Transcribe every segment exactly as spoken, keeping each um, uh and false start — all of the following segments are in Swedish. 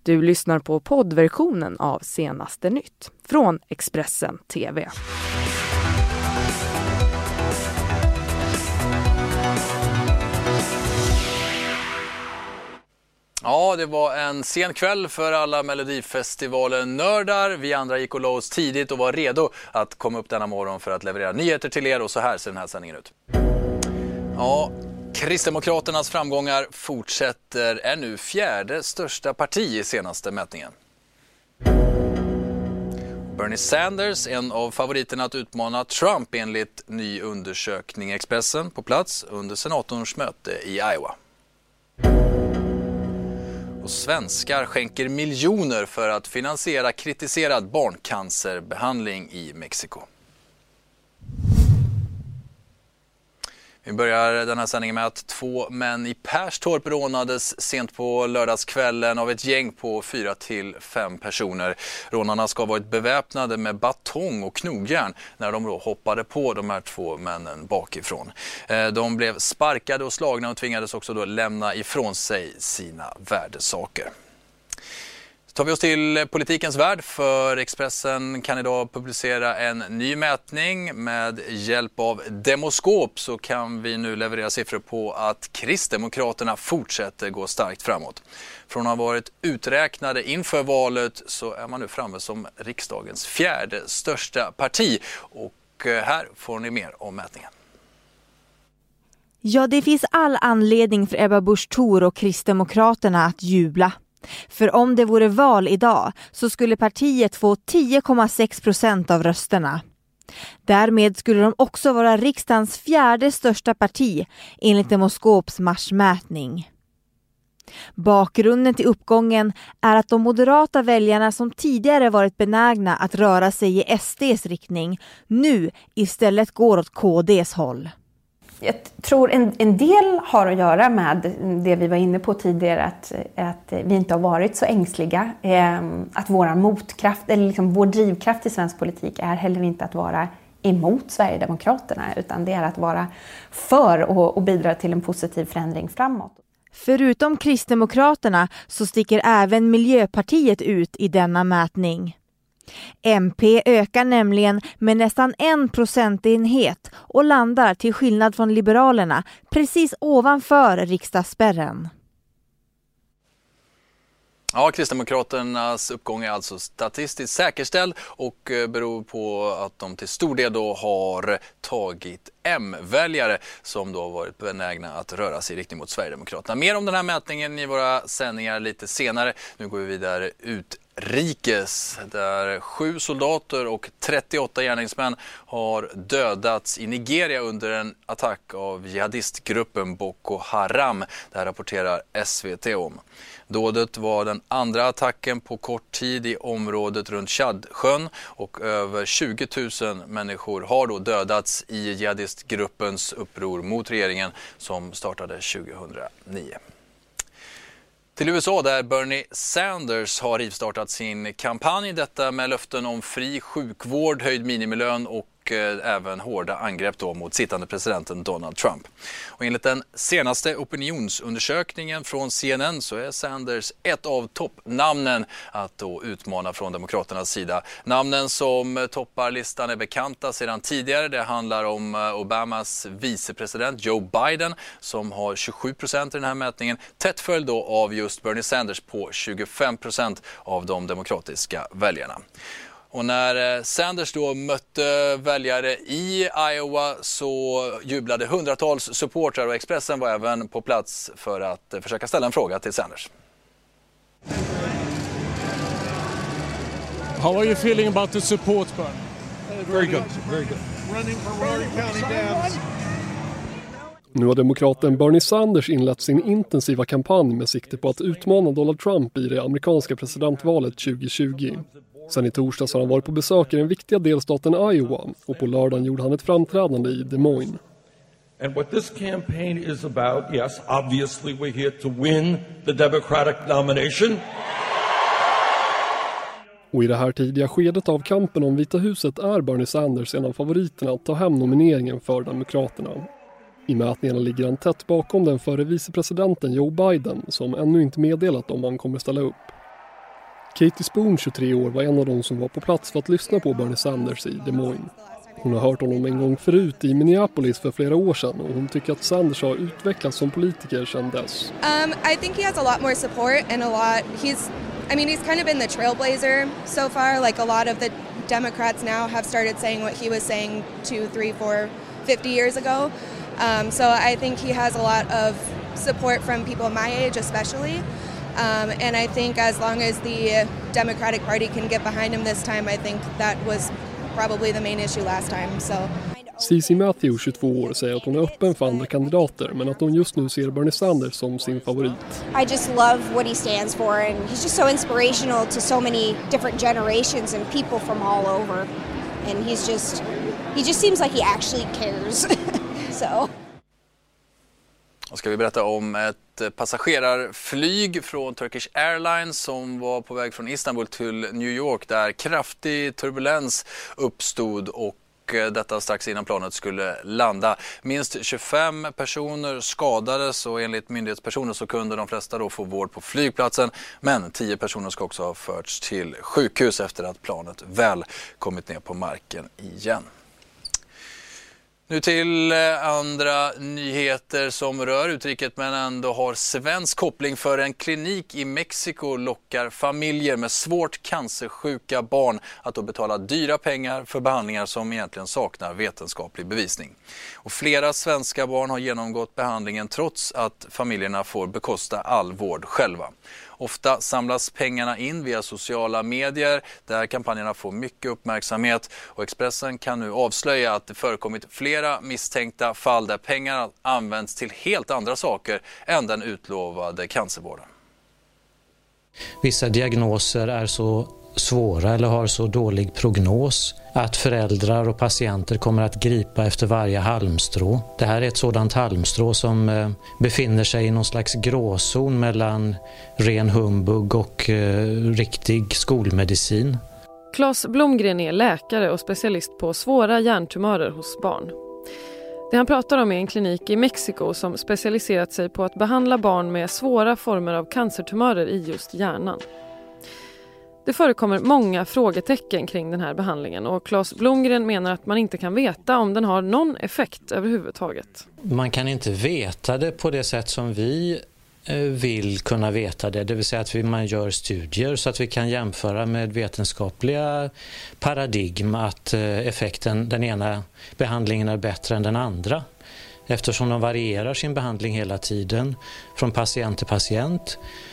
Du lyssnar på poddversionen av Senaste nytt från Expressen T V. Ja, det var en sen kväll för alla Melodifestivalen-nördar. Vi andra gick och la oss tidigt och var redo att komma upp denna morgon för att leverera nyheter till er, och så här ser den här sändningen ut. Ja, Kristdemokraternas framgångar fortsätter, är nu fjärde största parti i senaste mätningen. Bernie Sanders, en av favoriterna att utmana Trump enligt ny undersökning Expressen, på plats under senatorns möte i Iowa. Och svenskar skänker miljoner för att finansiera kritiserad barncancerbehandling i Mexiko. Vi börjar den här sändningen med att två män i Perstorp rånades sent på lördagskvällen av ett gäng på fyra till fem personer. Rånarna ska ha varit beväpnade med batong och knogjärn när de då hoppade på de här två männen bakifrån. De blev sparkade och slagna och tvingades också då lämna ifrån sig sina värdesaker. Tar vi oss till politikens värld, för Expressen kan idag publicera en ny mätning. Med hjälp av Demoskop så kan vi nu leverera siffror på att Kristdemokraterna fortsätter gå starkt framåt. Från att ha varit uträknade inför valet så är man nu framme som riksdagens fjärde största parti. Och här får ni mer om mätningen. Ja, det finns all anledning för Ebba Busch Thor och Kristdemokraterna att jubla. För om det vore val idag så skulle partiet få tio komma sex procent av rösterna. Därmed skulle de också vara riksdagens fjärde största parti enligt Demoskops marsmätning. Bakgrunden till uppgången är att de moderata väljarna som tidigare varit benägna att röra sig i S D:s riktning nu istället går åt K D:s håll. Jag tror en, en del har att göra med det vi var inne på tidigare, att, att vi inte har varit så ängsliga. Eh, att vår motkraft, eller liksom vår drivkraft i svensk politik är heller inte att vara emot Sverigedemokraterna, utan det är att vara för och, och bidra till en positiv förändring framåt. Förutom Kristdemokraterna så sticker även Miljöpartiet ut i denna mätning. M P ökar nämligen med nästan en procentenhet och landar till skillnad från Liberalerna precis ovanför riksdagsspärren. Ja, Kristdemokraternas uppgång är alltså statistiskt säkerställd och beror på att de till stor del då har tagit M-väljare som då har varit benägna att röra sig i riktning mot Sverigedemokraterna. Mer om den här mätningen i våra sändningar lite senare. Nu går vi vidare ut rikes, där sju soldater och trettioåtta gärningsmän har dödats i Nigeria under en attack av jihadistgruppen Boko Haram. Det här rapporterar S V T om. Dådet var den andra attacken på kort tid i området runt Tjadsjön, och över tjugo tusen människor har då dödats i jihadistgruppens uppror mot regeringen som startade tjugohundranio. Till U S A, där Bernie Sanders har rivstartat sin kampanj, detta med löften om fri sjukvård, höjd minimilön och även hårda angrepp då mot sittande presidenten Donald Trump. Och enligt den senaste opinionsundersökningen från C N N så är Sanders ett av toppnamnen att då utmana från Demokraternas sida. Namnen som toppar listan är bekanta sedan tidigare. Det handlar om Obamas vicepresident Joe Biden som har tjugosju procent i den här mätningen. Tätt följd då av just Bernie Sanders på tjugofem procent av de demokratiska väljarna. Och när Sanders då mötte väljare i Iowa så jublade hundratals supportrar, och Expressen var även på plats för att försöka ställa en fråga till Sanders. How are you feeling about the support, Bernie? Very good, very good. Running for Rowan County Dams. Nu har demokraten Bernie Sanders inlett sin intensiva kampanj med sikte på att utmana Donald Trump i det amerikanska presidentvalet tjugohundratjugo. Sen i torsdags har han varit på besök i den viktiga delstaten Iowa, och på lördagen gjorde han ett framträdande i Des Moines. And what this campaign is about, yes, obviously we're here to win the Democratic nomination. Och i det här tidiga skedet av kampen om Vita huset är Bernie Sanders en av favoriterna att ta hem nomineringen för Demokraterna. I mätningarna ligger han tätt bakom den förre vicepresidenten Joe Biden, som ännu inte meddelat om han kommer ställa upp. Katie Spoon, tjugotre år, var en av de som var på plats för att lyssna på Bernie Sanders i Des Moines. Hon har hört honom en gång förut i Minneapolis för flera år sedan och hon tycker att Sanders har utvecklats som politiker sedan dess. Um, I think he has a lot more support and a lot, he's, I mean he's kind of been the trailblazer so far, like a lot of the Democrats now have started saying what he was saying two, three, four, fifty years ago. Um, so I think he has a lot of support from people my age especially. Um, and I think as long as the Democratic Party can get behind him this time, I think that was probably the main issue last time. So. Cici Matthews, tjugotvå år, säger att hon är öppen för andra kandidater men att hon just nu ser Bernie Sanders som sin favorit. I just love what he stands for and he's just so inspirational to so many different generations and people from all over. And he's just, he just seems like he actually cares. So. Och ska vi berätta om ett passagerarflyg från Turkish Airlines som var på väg från Istanbul till New York där kraftig turbulens uppstod och detta strax innan planet skulle landa. Minst tjugofem personer skadades och enligt myndighetspersoner så kunde de flesta då få vård på flygplatsen. Men tio personer ska också ha förts till sjukhus efter att planet väl kommit ner på marken igen. Nu till andra nyheter som rör utriket men ändå har svensk koppling, för en klinik i Mexiko lockar familjer med svårt cancersjuka barn att då betala dyra pengar för behandlingar som egentligen saknar vetenskaplig bevisning. Och flera svenska barn har genomgått behandlingen trots att familjerna får bekosta all vård själva. Ofta samlas pengarna in via sociala medier där kampanjerna får mycket uppmärksamhet och Expressen kan nu avslöja att det förekommit flera misstänkta fall där pengarna används till helt andra saker än den utlovade cancervården. Vissa diagnoser är så svåra eller har så dålig prognos att föräldrar och patienter kommer att gripa efter varje halmstrå. Det här är ett sådant halmstrå som eh, befinner sig i någon slags gråzon mellan ren humbug och eh, riktig skolmedicin. Claes Blomgren är läkare och specialist på svåra hjärntumörer hos barn. Det han pratar om är en klinik i Mexiko som specialiserat sig på att behandla barn med svåra former av cancertumörer i just hjärnan. Det förekommer många frågetecken kring den här behandlingen och Claes Blomgren menar att man inte kan veta om den har någon effekt överhuvudtaget. Man kan inte veta det på det sätt som vi vill kunna veta det, det vill säga att vi, man gör studier så att vi kan jämföra med vetenskapliga paradigm att effekten, den ena behandlingen är bättre än den andra. Eftersom de varierar sin behandling hela tiden från patient till patient,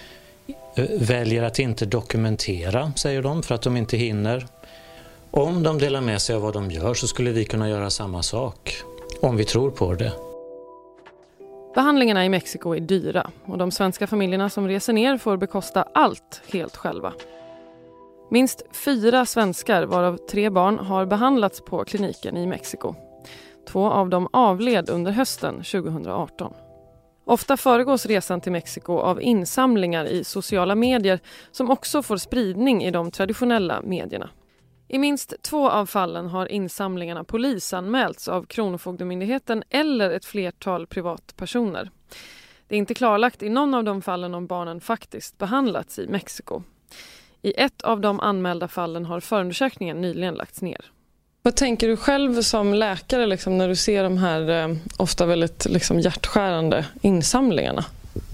väljer att inte dokumentera, säger de, för att de inte hinner. Om de delar med sig av vad de gör så skulle vi kunna göra samma sak, om vi tror på det. Behandlingarna i Mexiko är dyra och de svenska familjerna som reser ner får bekosta allt helt själva. Minst fyra svenskar, varav tre barn, har behandlats på kliniken i Mexiko. Två av dem avled under hösten tjugohundraarton. Ofta föregås resan till Mexiko av insamlingar i sociala medier som också får spridning i de traditionella medierna. I minst två av fallen har insamlingarna polisanmälts av Kronofogdemyndigheten eller ett flertal privatpersoner. Det är inte klarlagt i någon av de fallen om barnen faktiskt behandlats i Mexiko. I ett av de anmälda fallen har förundersökningen nyligen lagts ner. Vad tänker du själv som läkare liksom, när du ser de här eh, ofta väldigt liksom, hjärtskärande insamlingarna?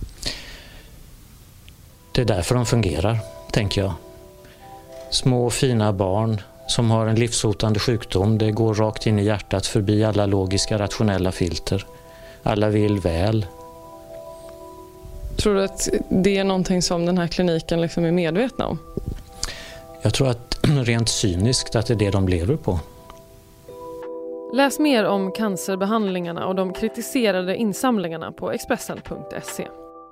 Det är därför de fungerar, tänker jag. Små fina barn som har en livshotande sjukdom, det går rakt in i hjärtat förbi alla logiska, rationella filter. Alla vill väl. Tror du att det är någonting som den här kliniken liksom är medvetna om? Jag tror att rent cyniskt att det är det de lever på. Läs mer om cancerbehandlingarna och de kritiserade insamlingarna på Expressen punkt se.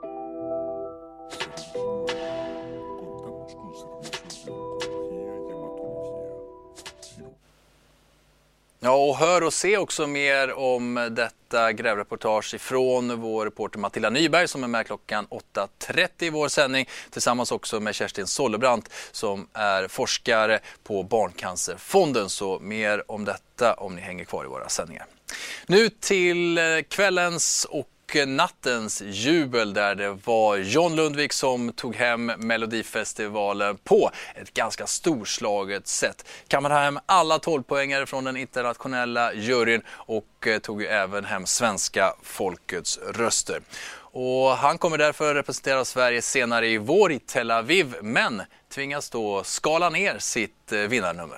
Ja, och hör och se också mer om detta grävreportage ifrån vår reporter Matilda Nyberg som är med klockan åtta trettio i vår sändning tillsammans också med Kerstin Sollebrant som är forskare på Barncancerfonden. Så mer om detta om ni hänger kvar i våra sändningar. Nu till kvällens och och nattens jubel där det var John Lundvik som tog hem Melodifestivalen på ett ganska storslaget sätt. Kammade hem alla tolv poängare från den internationella juryn och tog ju även hem svenska folkets röster. Och han kommer därför representera Sverige senare i vår i Tel Aviv, men tvingas då skala ner sitt vinnarnummer.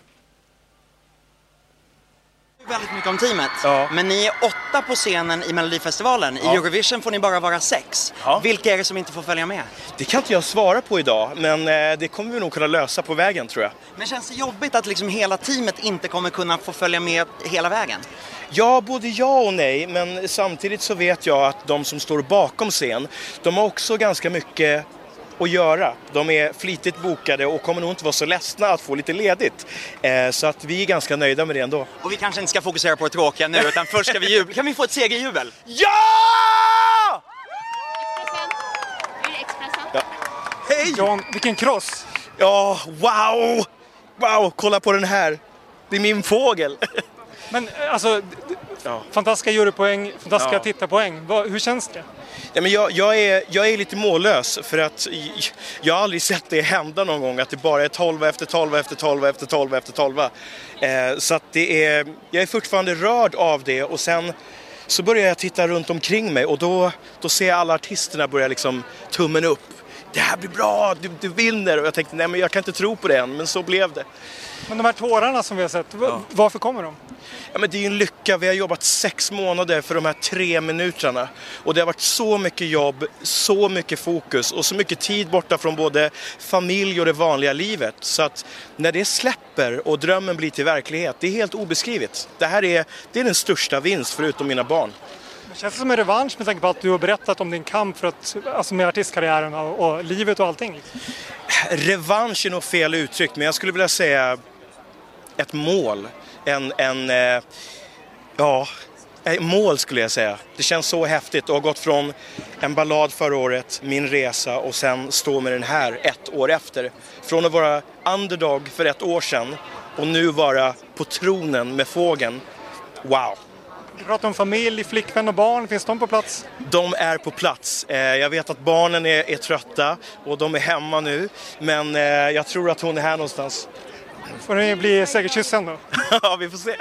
Väldigt mycket om teamet, ja. Men ni är åtta på scenen i Melodifestivalen. Ja. I Eurovision får ni bara vara sex. Ja. Vilka är det som inte får följa med? Det kan inte jag svara på idag, men eh, det kommer vi nog kunna lösa på vägen, tror jag. Men känns det jobbigt att liksom hela teamet inte kommer kunna få följa med hela vägen? Ja, både ja och nej, men samtidigt så vet jag att de som står bakom scen, de har också ganska mycket att göra. De är flitigt bokade och kommer nog inte vara så ledsna att få lite ledigt. Eh, så att vi är ganska nöjda med det ändå. Och vi kanske inte ska fokusera på det tråkiga nu, utan först ska vi jubla. Kan vi få ett segerjubel? Ja! Expressen. Ja. Hej! John, vilken kross! Ja, wow! Wow, kolla på den här. Det är min fågel. Men alltså, ja. fantastiska jurypoäng, fantastiska Ja. tittarpoäng. Vad, hur känns det? Ja, men jag, jag, är, jag är lite mållös för att jag har aldrig sett det hända någon gång att det bara är tolv efter tolv efter tolv efter tolv efter tolv. Eh, så att det är, jag är fortfarande rörd av det och sen så börjar jag titta runt omkring mig och då, då ser jag alla artisterna börja liksom tummen upp. Det här blir bra, du, du vinner. Och jag tänkte, nej men jag kan inte tro på det än, men så blev det. Men de här tårarna som vi har sett, ja. varför kommer de? Ja, men det är ju en lycka. Vi har jobbat sex månader för de här tre minuterna. Och det har varit så mycket jobb, så mycket fokus och så mycket tid borta från både familj och det vanliga livet. Så att när det släpper och drömmen blir till verklighet, det är helt obeskrivligt. Det här är, det är den största vinst förutom mina barn. Känns det som en revansch med tanke på att du har berättat om din kamp för att, alltså med artistkarriären och, och livet och allting? Revansch är nog fel uttryck, men jag skulle vilja säga ett mål. En, en eh, ja, ett mål skulle jag säga. Det känns så häftigt att ha gått från en ballad förra året, min resa, och sen stå med den här ett år efter. Från att vara underdog för ett år sedan och nu vara på tronen med fågeln. Wow! Du pratar om familj, flickvän och barn. Finns de på plats? De är på plats. Jag vet att barnen är, är trötta och de är hemma nu. Men jag tror att hon är här någonstans. Får ni bli segerkyssen då? Ja, vi får se.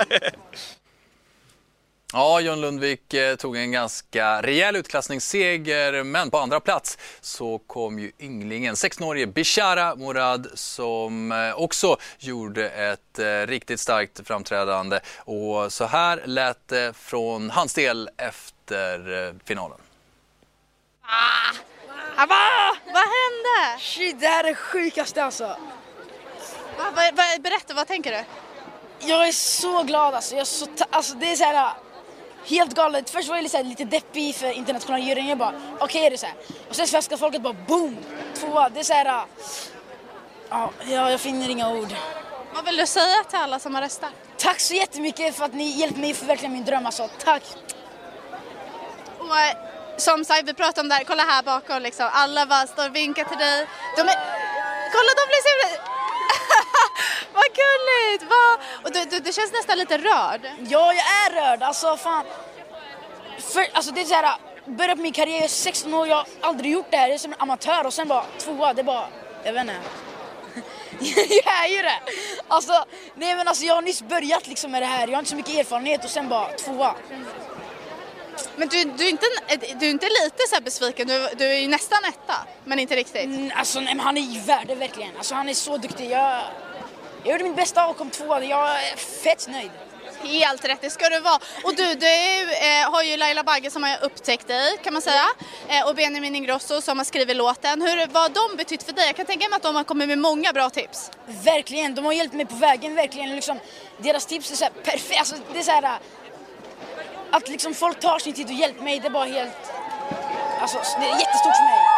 Ja, John Lundvik eh, tog en ganska rejäl utklassningsseger, men på andra plats så kom ju ynglingen sexton-årige Bishara Morad som eh, också gjorde ett eh, riktigt starkt framträdande. Och så här lät det från hans del efter eh, finalen. Ah! Abba! Vad hände? Shit, det här är det sjukaste alltså. Va, va, va, berätta, vad tänker du? Jag är så glad alltså. Jag är så ta- alltså det är så här helt galet. Först var jag lite, så här, lite deppig för internationella juryn. Jag bara, okej okay, är det så här. Och sen svenska folket bara, boom, tvåa. Det är så här, ja, jag finner inga ord. Vad vill du säga till alla som har röstat? Tack så jättemycket för att ni hjälpt mig att förverkliga min dröm alltså. Tack. Och som sagt, vi pratade om det här. Kolla här bakom liksom. Alla bara står och vinkar till dig. De är... Kolla, de blir så... Vad gulligt! Vad... Och du, du, du känns nästan lite rörd. Ja, jag är rörd. Alltså, fan. För, alltså, det är så här, började på min karriär, jag är sexton år, jag har aldrig gjort det här. Jag är som en amatör och sen bara tvåa, det är bara, jag vet inte. Jag är ju det. Alltså, nej men alltså jag har nyss börjat liksom med det här. Jag har inte så mycket erfarenhet och sen bara tvåa. Men du, du, är, inte, du är inte lite så här besviken, du, du är ju nästan etta, men inte riktigt. Mm, alltså nej, men han är ju värd det verkligen. Alltså han är så duktig. Jag, jag gjorde mitt bästa och kom tvåa. Jag är fett nöjd. Helt rätt, det ska du vara. Och du, du är, eh, har ju Laila Bagge som har upptäckt dig, kan man säga. Eh, och Benjamin Ingrosso som har skrivit låten. Hur, vad har de betytt för dig? Jag kan tänka mig att de har kommit med många bra tips. Verkligen, de har hjälpt mig på vägen. Verkligen, liksom, deras tips är så här perfekt. Alltså, det är så här, att liksom folk tar sin tid och hjälper mig, det är bara helt... Alltså, det är jättestort för mig.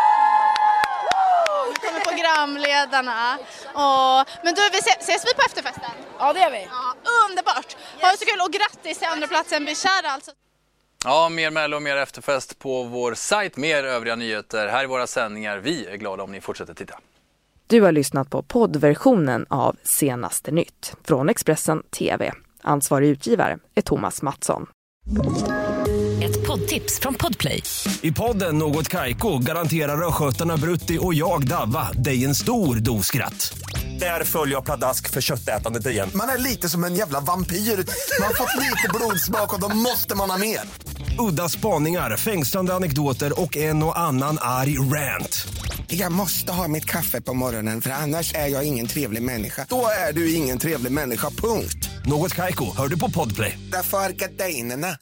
Nu kommer programledarna. Och... Men du, vi ses, ses vi på efterfesten? Ja, det gör vi. Ja, underbart. Ha det så kul och grattis till andra platsen Bishara alltså. Ja, mer Mello och mer efterfest på vår sajt, mer övriga nyheter här i våra sändningar. Vi är glada om ni fortsätter titta. Du har lyssnat på poddversionen av Senaste nytt från Expressen T V. Ansvarig utgivare är Thomas Mattsson. Ett poddtips från Podplay. I podden Något Kaiko garanterar östgötarna Brutti och jag Davva dig en stor dos skratt. Där följer jag pladask för köttätandet igen. Man är lite som en jävla vampyr. Man har fått lite blodsmak och då måste man ha mer. Udda spaningar, fängslande anekdoter och en och annan arg rant. Jag måste ha mitt kaffe på morgonen för annars är jag ingen trevlig människa. Då är du ingen trevlig människa, punkt. Något Kaiko, hör du på Podplay. Därför är gardinerna.